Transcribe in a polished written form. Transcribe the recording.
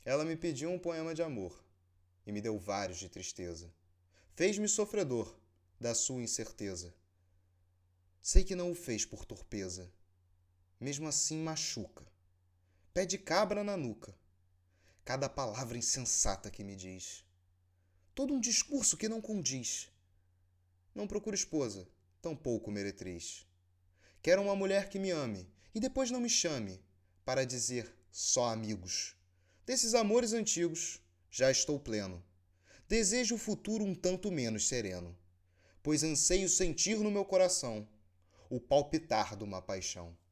Ela me pediu um poema de amor e me deu vários de tristeza. Fez-me sofredor da sua incerteza. Sei que não o fez por torpeza. Mesmo assim machuca. Pé de cabra na nuca. Cada palavra insensata que me diz. Todo um discurso que não condiz. Não procuro esposa, tampouco meretriz. Quero uma mulher que me ame e depois não me chame para dizer só amigos. Desses amores antigos já estou pleno. Desejo o futuro um tanto menos sereno, pois anseio sentir no meu coração o palpitar de uma paixão.